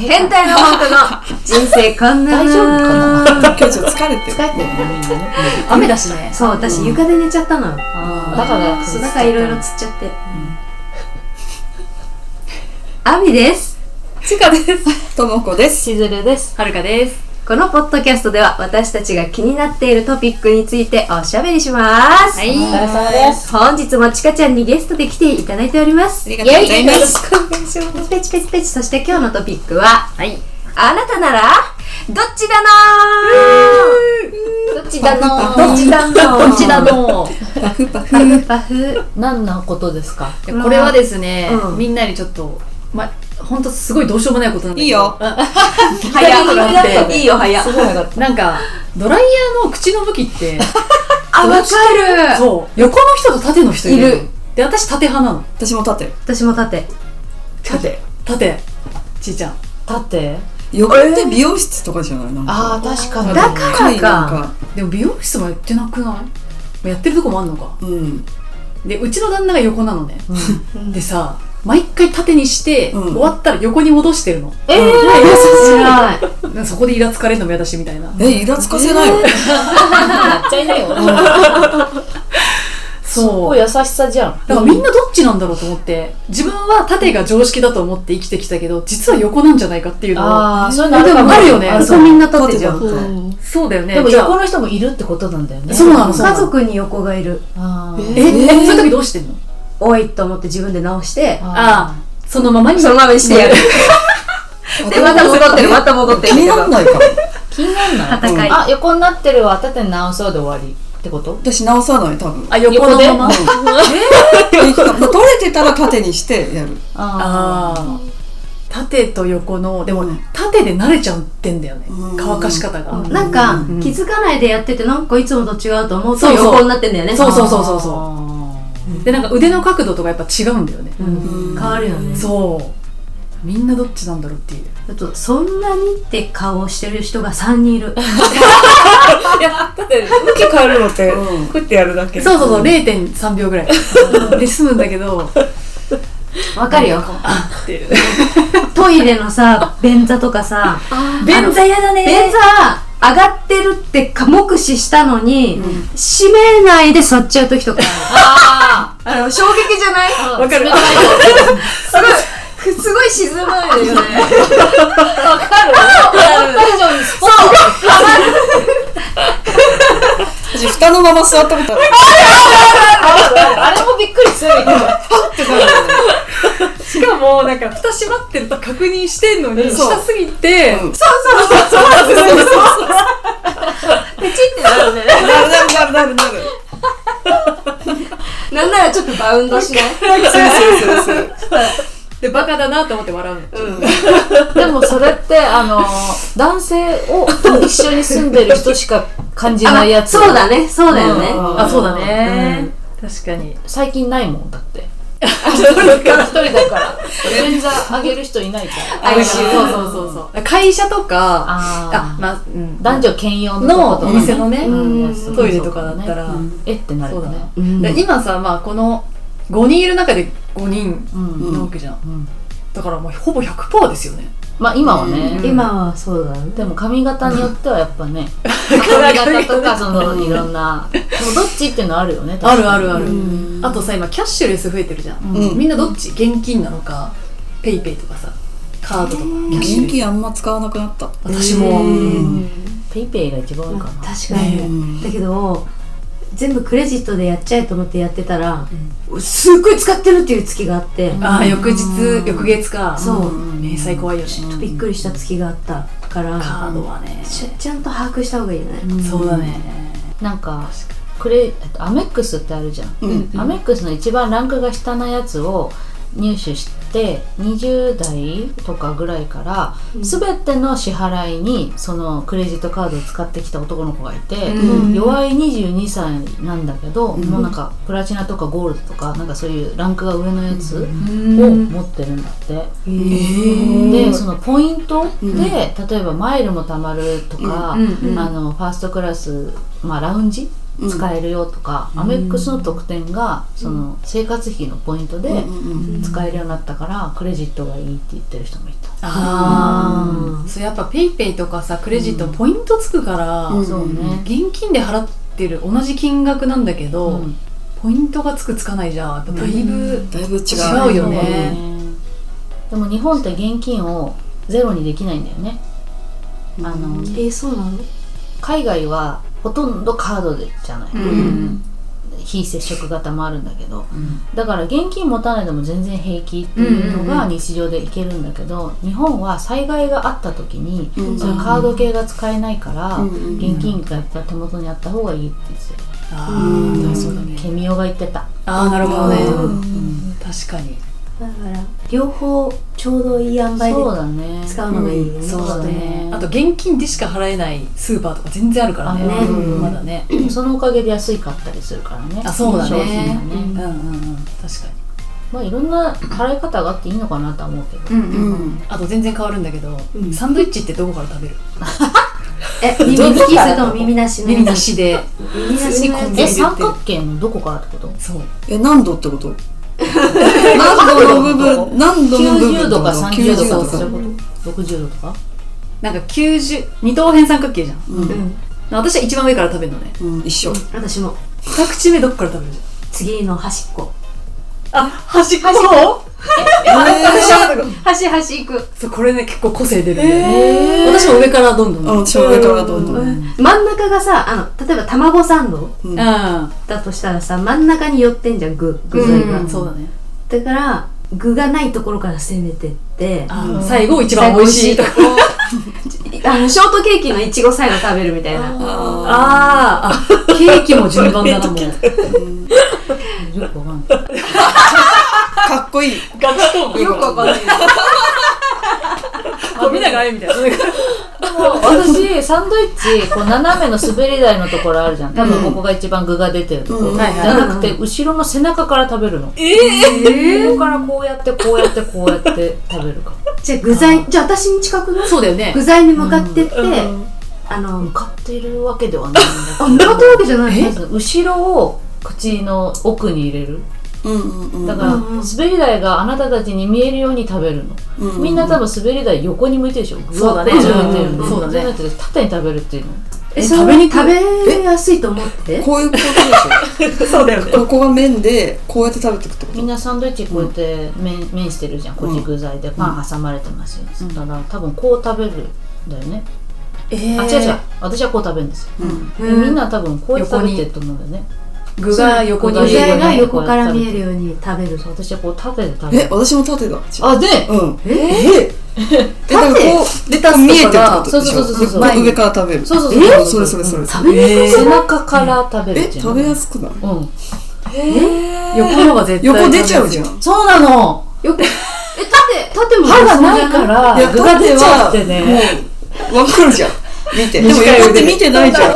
変態の放課後人生こんな大丈夫かな。 今日ちょっと疲れてる。 疲れてるね、みんなね。 雨だしね。 そう、私床で寝ちゃったのよ。 だからそう、だからいろいろつっちゃって。アミです。 ちかです。 ともこです。 しずるです。 はるかです。 このポッドキャストでは私たちが気になっているトピックについておしゃべりします。 はい。 お疲れ様です。 本日もちかちゃんにゲストで来ていただいております。 ありがとうございます。 ペチペチペチ。そして今日のトピックは、 はい。 あなたならどっちだのどっちだのどっちだのどっちだのパフパフ。 パフパフ。 何のことですか？ これはですね、 うんみんなにちょっと、ほんとすごいどうしようもないことなんだけど。 いいよ。 早い。いいよ、早い。 すごいよかった。 なんか、ドライヤーの口の向きって、 あ、わかる。 そう、横の人と縦の人いる。 いるで、私縦派なの。 私も立て。 私も縦。 縦。ちいちゃん。 縦？ 横って美容室とかじゃない？なんかああ、確かに。 だからか。 でも美容室もやってなくない？やってるとこもあんのか。 うん。 で、うちの旦那が横なのね。でさ、毎回縦にして、 うん終わったら横に戻してるの。 優しい。 そこでイラつかれるのも嫌だしみたいな。 イラつかせないよ。 やっちゃいなよ。すごい優しさじゃん。 だからみんなどっちなんだろうと思って、自分は縦が常識だと思って生きてきたけど、実は横なんじゃないかっていうのを。 ああ、そういうのあるかも。 あるよね。 あそこみんな縦じゃん。 そうだよね。 でも横の人もいるってことなんだよね。 そうなの。 家族に横がいる。 あーそういう時どうしてんの？ 多いと思って自分で直して、 ああ、そのままに。 そのままにしてやる。で、また戻ってる、また戻ってる。 気にならないかも。 気になんない？ 戦い。 あ、横になってるわ、縦に直そうで終わりってこと？ 私直さない、多分。 あ、横のまま。 取れてたら縦にしてやる。 ああ。縦と横の、でも縦で慣れちゃってんだよね。乾かし方が。 なんか、気づかないでやってて、なんかいつもと違うと思うとそうそう横になってんだよね。 そうで、なんか腕の角度とかやっぱ違うんだよね。 変わるよね。 そう。みんなどっちなんだろうっていう。 あと、そんなにって顔をしてる人が3人いる。 いや、だって向き変えるのってふってやるだけ。 そう 0.3 秒ぐらいで済むんだけど、 わかるよ。 っていう。 トイレのさ、便座とかさ、 便座やだね。 便座上がってるって目視したのに、閉めないで座っちゃう時とか衝撃じゃない？ わかる。 すごい沈むよね。 わかる。思った以上にスポッ私蓋のまま座ったことある。 あれもびっくりするよ。 しかもなんか蓋閉まってると確認してんのに下すぎて、 ペチってなるね。 なる。 なんならちょっとバウンドしない？ そう。 でバカだなと思って笑うの。 でもそれって男性を一緒に住んでる人しか感じないやつ。 そうだね、そうだよね。 あ、そうだね。確かに。 最近ないもんだって。一人だから便座あげる人いないから。 そう。会社とか、 男女兼用のとこお店のね、トイレとかだねったら、 ってなるよね。 今さ、この5人いる中で5人なわけじゃん。だからもうほぼ 100% ですよね。 まあ今はね。 今はそうだね。 でも髪型によってはやっぱね、髪型とかいろんな、でもどっちっていうのあるよね。 ある。あとさ、今キャッシュレス増えてるじゃん。みんなどっち？現金なのか、ペイペイとかさ、カードとか。 現金あんま使わなくなった。 私も。 ペイペイが一番多いかな。 確かに。だけど全部クレジットでやっちゃえと思ってやってたら、すっごい使ってるっていう月があって、 翌月か。 そう、 明細怖いよね。 びっくりした月があったから、 カードはね、 ちゃんと把握した方がいいよね。 そうだね。 なんかアメックスってあるじゃん。アメックスの一番ランクが下のやつを入手して20代とかぐらいから全ての支払いにそのクレジットカードを使ってきた男の子がいて、弱い22歳なんだけど、もうなんかプラチナとかゴールドとかなんかそういうランクが上のやつを持ってるんだって。でそのポイントで例えばマイルも貯まるとか、ファーストクラス、ラウンジ使えるよとか、アメックスの特典がその生活費のポイントで使えるようになったからクレジットがいいって言ってる人もいた。 そうやっぱペイペイとかさクレジットポイントつくから、 そうね。 現金で払ってる同じ金額なんだけど、ポイントがつくつかないじゃん。やっぱだいぶ違うよね。 でも日本って現金をゼロにできないんだよね。 そうなの？ 海外はほとんどカードでじゃない、非接触型もあるんだけど、だから現金持たないでも全然平気っていうのが日常でいけるんだけど、日本は災害があった時に、そういうカード系が使えないから、現金がやっぱ手元にあった方がいいって言ってた。そうだね。ケミオが言ってた。 なるほどね。確かに。 だから両方ちょうどいい塩梅で使うのがいいよね。 そうだね。あと現金でしか払えないスーパーとか全然あるからね。まだね。 そのおかげで安いかったりするからね。 そうだね。 商品がね。確かに。 まあいろんな払い方があっていいのかなとは思うけど。 あと全然変わるんだけど、サンドイッチってどこから食べる？ 耳利きすると耳なしの。 耳なしで。 耳なしの。 三角形のどこからってこと？ そう。 何度ってこと？何度の部分 90度か30度かそういうこと？60度とか？ なんか二等辺三角形じゃん。私は一番上から食べるのね。 一緒。 私も。 二口目どっから食べるじゃん。 次の端っこ。 端っこ。 端行く。 そう、これね結構個性出るんだよね。私も上からどんどん。 私も上からどんどん。 真ん中がさ、例えば卵サンドだとしたらさ、真ん中に寄ってんじゃん、具材が。 そうだね。 だから具がないところから攻めてって、 最後一番美味しいところ。 ショートケーキのいちご最後食べるみたいな。 ケーキも順番だなもう。 よくわかんない。 かっこいい。 ガチトーク。 よくわかんない。 見ながらみたいな。 私サンドイッチこう斜めの滑り台のところあるじゃん。多分ここが一番具が出てるところじゃなくて後ろの背中から食べるの。ここからこうやってこうやってこうやって食べるか。 じゃあ具材、じゃあ私に近くない？ そうだよね。 具材に向かってって向かっているわけではないんだけど。 向かってるわけじゃない。 後ろを口の奥に入れる。だから滑り台があなたたちに見えるように食べるの。みんな多分滑り台横に向いてるでしょ。 そうだね。 そうだね。縦に食べるっていうの。 食べやすいと思って。 こういうことでしょ。 そうだよね。 ここが麺でこうやって食べていくってこと。 みんなサンドイッチこうやって麺してるじゃん。こっち具材でパン挟まれてますよ。だから多分こう食べるんだよね。違う。私はこう食べるんですよ。みんな多分こうやって食べてると思うんだよね。 具が横に具材が横から見えるように食べる。 私はこう縦で食べる。 私も縦だ。 でだからこうレタス見えてるってことでしょ。 そう上から食べる。 それ背中から食べる。 食べやすくない？ 横のが絶対横出ちゃうじゃん。 そうなの。 縦も歯がないから具が出ちゃってね。 わかるじゃん。見て。でも横って見てないじゃん。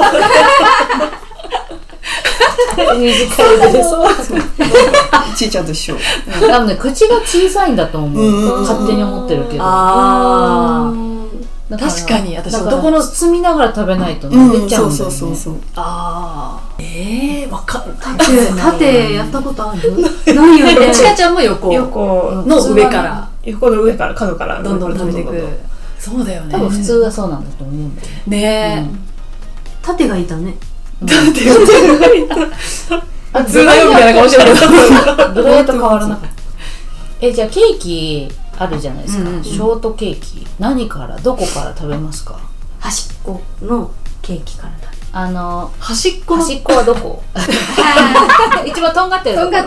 短い腕でそうちいちゃんと一緒。 多分ね口が小さいんだと思う。勝手に思ってるけど。 確かに私男の包みながら食べないと出ちゃうんだよね。 そう。 わかんない。 縦やったことある？ないよね。 ちかちゃんも横の上から横の上から角からどんどん食べていく。そうだよね。 多分普通はそうなんだと思うんだよね。縦がいたね。 普通だよみたいな顔してるけどどれと変わらなかった。じゃあケーキあるじゃないですか。ショートケーキ何からどこから食べますか？ 端っこのケーキから食べる。 端っこはどこ？一番とんがってるとこ。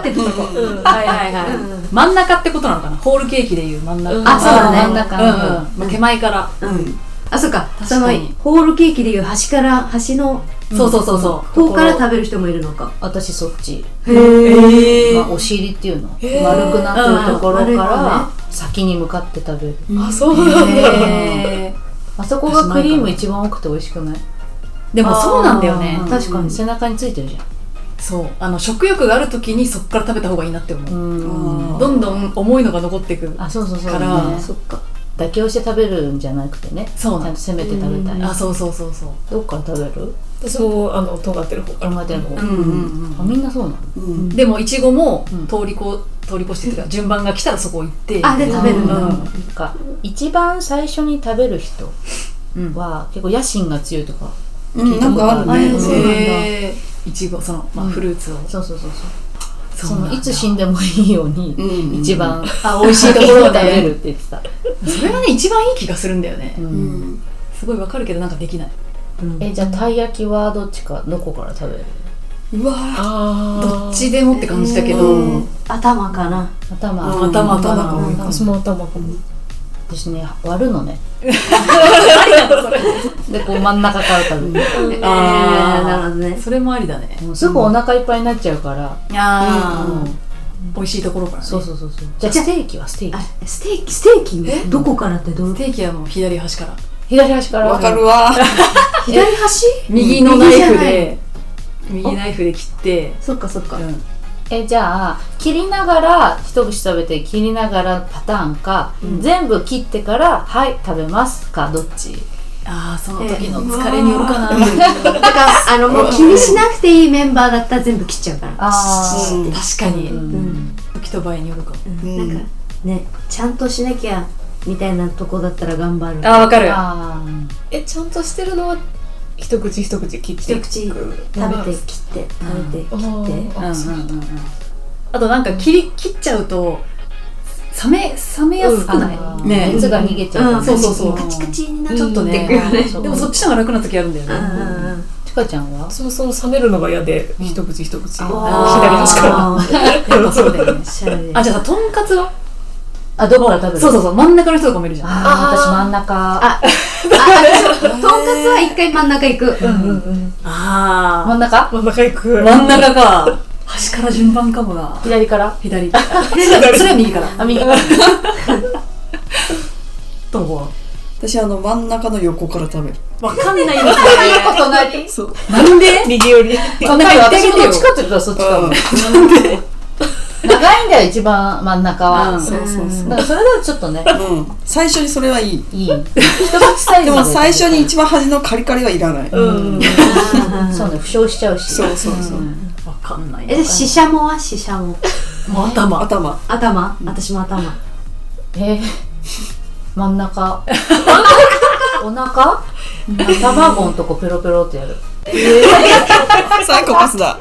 真ん中ってことなのかな。ホールケーキでいう真ん中。 そうだね。 真ん中の手前から。 そうか。そのホールケーキでいう端のそう方から食べる人もいるのか。 私そっち。お尻っていうの丸くなってるところから先に向かって食べる。 そうなんだ。 あそこがクリーム一番多くて美味しくない？ でもそうなんだよね。 確かに背中についてるじゃん。 そう食欲がある時にそっから食べた方がいいなって思う。どんどん重いのが残っていくから。 そっか。妥協して食べるんじゃなくてね。ちゃんと攻めて食べたい。 そう。 どっから食べる？ 私もとんがってる方から。 みんなそうなの。 でもいちごも通り通り越してっていうか順番が来たらそこ行ってで食べるんだ、 なんか一番最初に食べる人は結構野心が強いとか聞いたことあるね。 いちご、その、フルーツを。 そうそのいつ死んでもいいように一番美味しいところを食べるって言ってた。 それがね一番いい気がするんだよね。すごいわかるけどなんかできない。 じゃあたい焼きはどっちか、どこから食べる？ うわどっちでもって感じだけど、 頭かな。 頭かも。 私も頭かも。 私ね、割るのね。でこう真ん中から食べる。 なるほどね。 それもありだね。 もうすぐお腹いっぱいになっちゃうから。 美味しいところからね。 そう。じゃあステーキはステーキ。 ステーキどこからってどう？ ステーキはもう左端から。 左端から。 わかるわ。 左端？ 右のナイフで切って。 そっか。 じゃあ切りながら一口食べて切りながらパターンか、全部切ってからはい食べますか、どっち？ その時の疲れによるかな。 だからもう気にしなくていいメンバーだったら全部切っちゃうから。 確かに。時と場合によるかも。 なんかね、ちゃんとしなきゃみたいなとこだったら頑張る。 わかる。 ちゃんとしてるのは一口切って一口食べて切ってあとなんか切っちゃうと冷めやすくないね。 熱が逃げちゃう。 そうカチカチになってちょっとね。でもそっちの方が楽な時あるんだよね。 ちかちゃんは？ そもそも冷めるのが嫌で一口左端からやっぱそうだよね。じゃあさ、とんかつは？ どこから食べる？ そう真ん中の人とかもいるじゃん。 私真ん中。 とんかつは一回真ん中行く。 真ん中行く。 真ん中か。端から順番かもな。 左から？ 左。それは右から。 右から。 ともは？ 私真ん中の横から食べる。 わかんないんですよね。 隣？ そう。 なんで？ 右寄り。 私もどっちかって言ったらそっちかも。長いんだよ一番真ん中は。 そうだからそれだとちょっとね。 最初にそれはいい。 一口サイズ。 でも最初に一番端のカリカリはいらない。 そうね、負傷しちゃうし。 そう。 わかんない。 ししゃもはししゃも。 頭。 私も頭。 真ん中。お腹？卵のとこペロペロってやる。 サイコパスだ。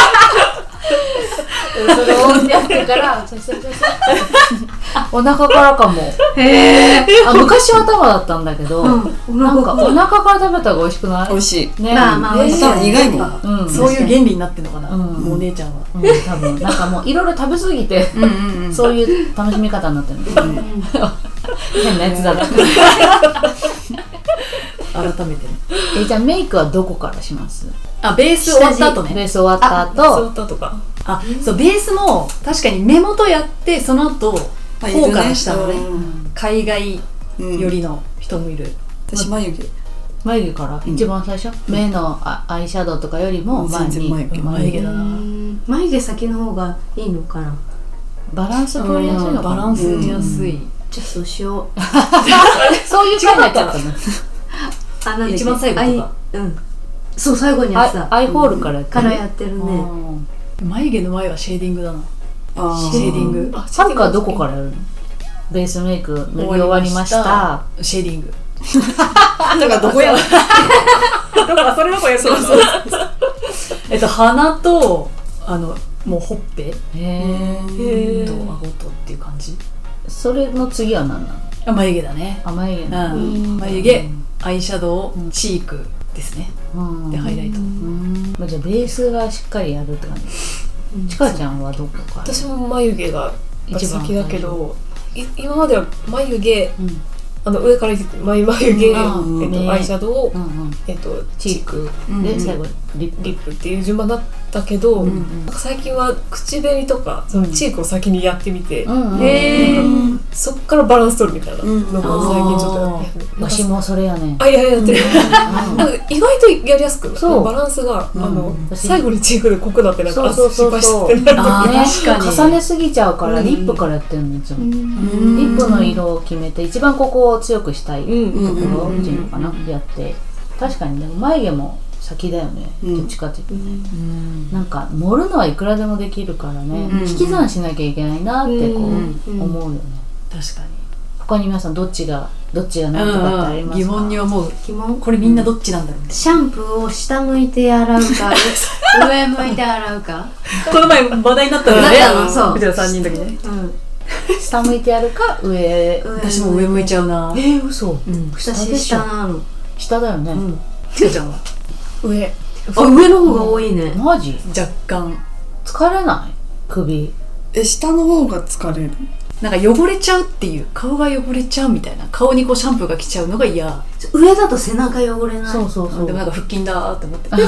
それをやってからお腹からかも。昔は頭だったんだけど、なんかお腹から食べたら美味しくない？ 美味しい。 ね。 美味しい。 頭苦いもん。 そういう原理になってんのかな。もうお姉ちゃんは。 多分なんかもういろいろ食べ過ぎてそういう楽しみ方になってるの。変なやつだな。 改めてね。 じゃあメイクはどこからします？ ベース終わった後ね。 ベース終わった後。 とか。 そう、ベースも確かに目元やってその後こうからしたのね。海外よりの人もいる。 私眉毛から一番最初、目のアイシャドウとかよりも前に。 眉毛だな。 眉毛先の方がいいのかな。 バランス取りやすいのかな。 バランス取りやすい。 じゃあそうしよう。 そういう回になっちゃったの。 一番最後とか。 そう、最後にやってた。 アイホールからやってるね。 眉毛の前はシェーディングだな。シェーディング。 はるかはどこからやるの？ベースメイク塗り終わりました。 シェーディング。 だからどこや？ それどこやるの？鼻ともうほっぺと顎とっていう感じ。 それの次は何なの？ 眉毛だね。 眉毛。 眉毛、アイシャドウ、チークですね。でハイライト。 じゃあベースがしっかりやるって感じ。ちかちゃんはどこから？ 私も眉毛が先だけど、今までは眉毛、上から眉毛、アイシャドウ、チークで最後リップっていう順番だったけど、なんか最近は口紅とかそのチークを先にやってみて、そっからバランス取るみたいなのが最近ちょっとやってる。 私もそれやね。 やってる。意外とやりやすくバランスが最後にチークで濃くなってなんか失敗してなる。 確かに重ねすぎちゃうからリップからやってるのいつも。リップの色を決めて一番ここを強くしたいところっていうのかなやって。確かにね、眉毛も先だよね、どっちかっていうとね、なんか盛るのはいくらでもできるからね、引き算しなきゃいけないなってこう思うよね。 確かに。 他に皆さんどっちが何とかってありますか？ 疑問に思う。これみんなどっちなんだろう。 シャンプーを下向いて洗うか上向いて洗うか。 この前話題になったよね。 そう。 うちら3人の時ね。 下向いてやるか上。 私も上向いちゃうな。 嘘。 私下なの。 下だよね。 ちかちゃんは上。 上の方が多いね。 マジ？ 若干疲れない？首。 下の方が疲れる。 なんか汚れちゃうっていう、顔が汚れちゃうみたいな、顔にこうシャンプーが来ちゃうのが嫌。 上だと背中汚れない。 そうそうそう。 でもなんか腹筋だーって思って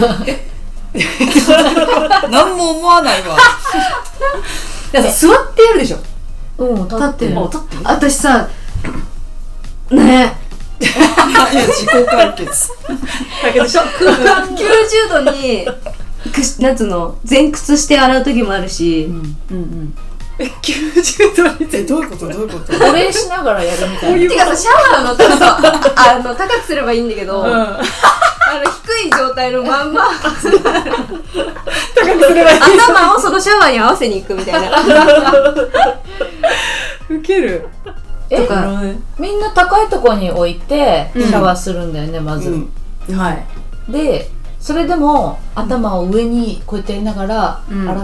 何も思わないわ。 座ってやるでしょ。 立ってる。 私さねいや自己解決。 だけどしょ。 90度になんつうの前屈して洗う時もあるし、 90度にどういうことどういうこと？ お礼しながらやるみたいな。 てかさ、シャワーの高くすればいいんだけど、低い状態のまんま高くすればいい。 頭をそのシャワーに合わせに行くみたいな。 ウケる。 とかみんな高いところに置いてシャワーするんだよね、まず。 はい。 でそれでも頭を上にこうやってやりながら洗って、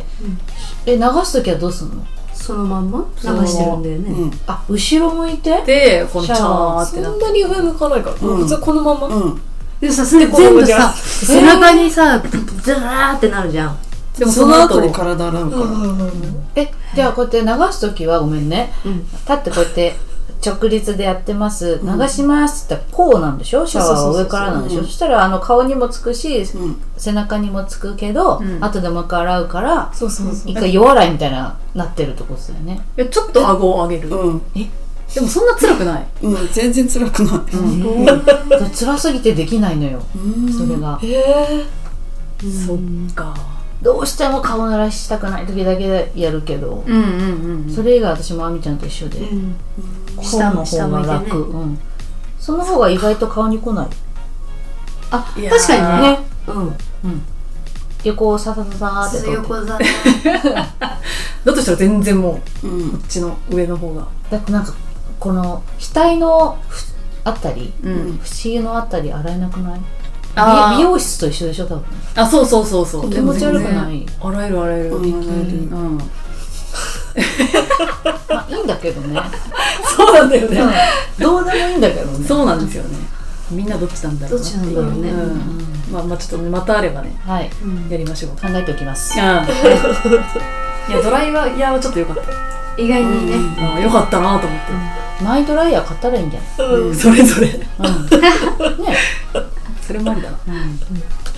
流すときはどうすんの？ そのまんま流してるんだよね。 あ、後ろ向いてでこのチャーってなって。 そんなに上向かないから、普通このまま。 でもさ、それ全部さ、背中にさズラーってなるじゃん。 でもその後に体洗うから。 じゃあこうやって流すときはごめんね、立ってこうやって直立でやってます、流しますって言ったらこうなんでしょ、シャワーは上からなんでしょ。そしたら顔にもつくし、背中にもつくけど、後でもう一回洗うから一回弱洗いみたいななってるってことだよね。 いやちょっと顎を上げる。でもそんな辛くない。 全然辛くない。 辛すぎてできないのよ、それが。 そっか。 どうしても顔濡らしたくない時だけやるけど、それ以外私もあみちゃんと一緒で、下の方が楽。その方が意外と顔に来ない。 あ、確かにね。 横をササササーって横座だとしたら全然もうこっちの上の方が。 だってなんかこの額のあたり、節のあたり洗えなくない？美容室と一緒でしょ多分。 あ、そう気持ち悪くない？ 洗える。 まあいいんだけどね。 そうなんだよね。 どうでもいいんだけどね。 そうなんですよね。みんなどっちなんだろう。 どっちなんだろうね。 まあちょっとまたあればね、やりましょう。 考えておきます。 いやドライヤーはちょっと良かった。 意外にね。 良かったなと思って。 マイドライヤー買ったらいいんじゃない？ それぞれ。 ね。 それもありだな。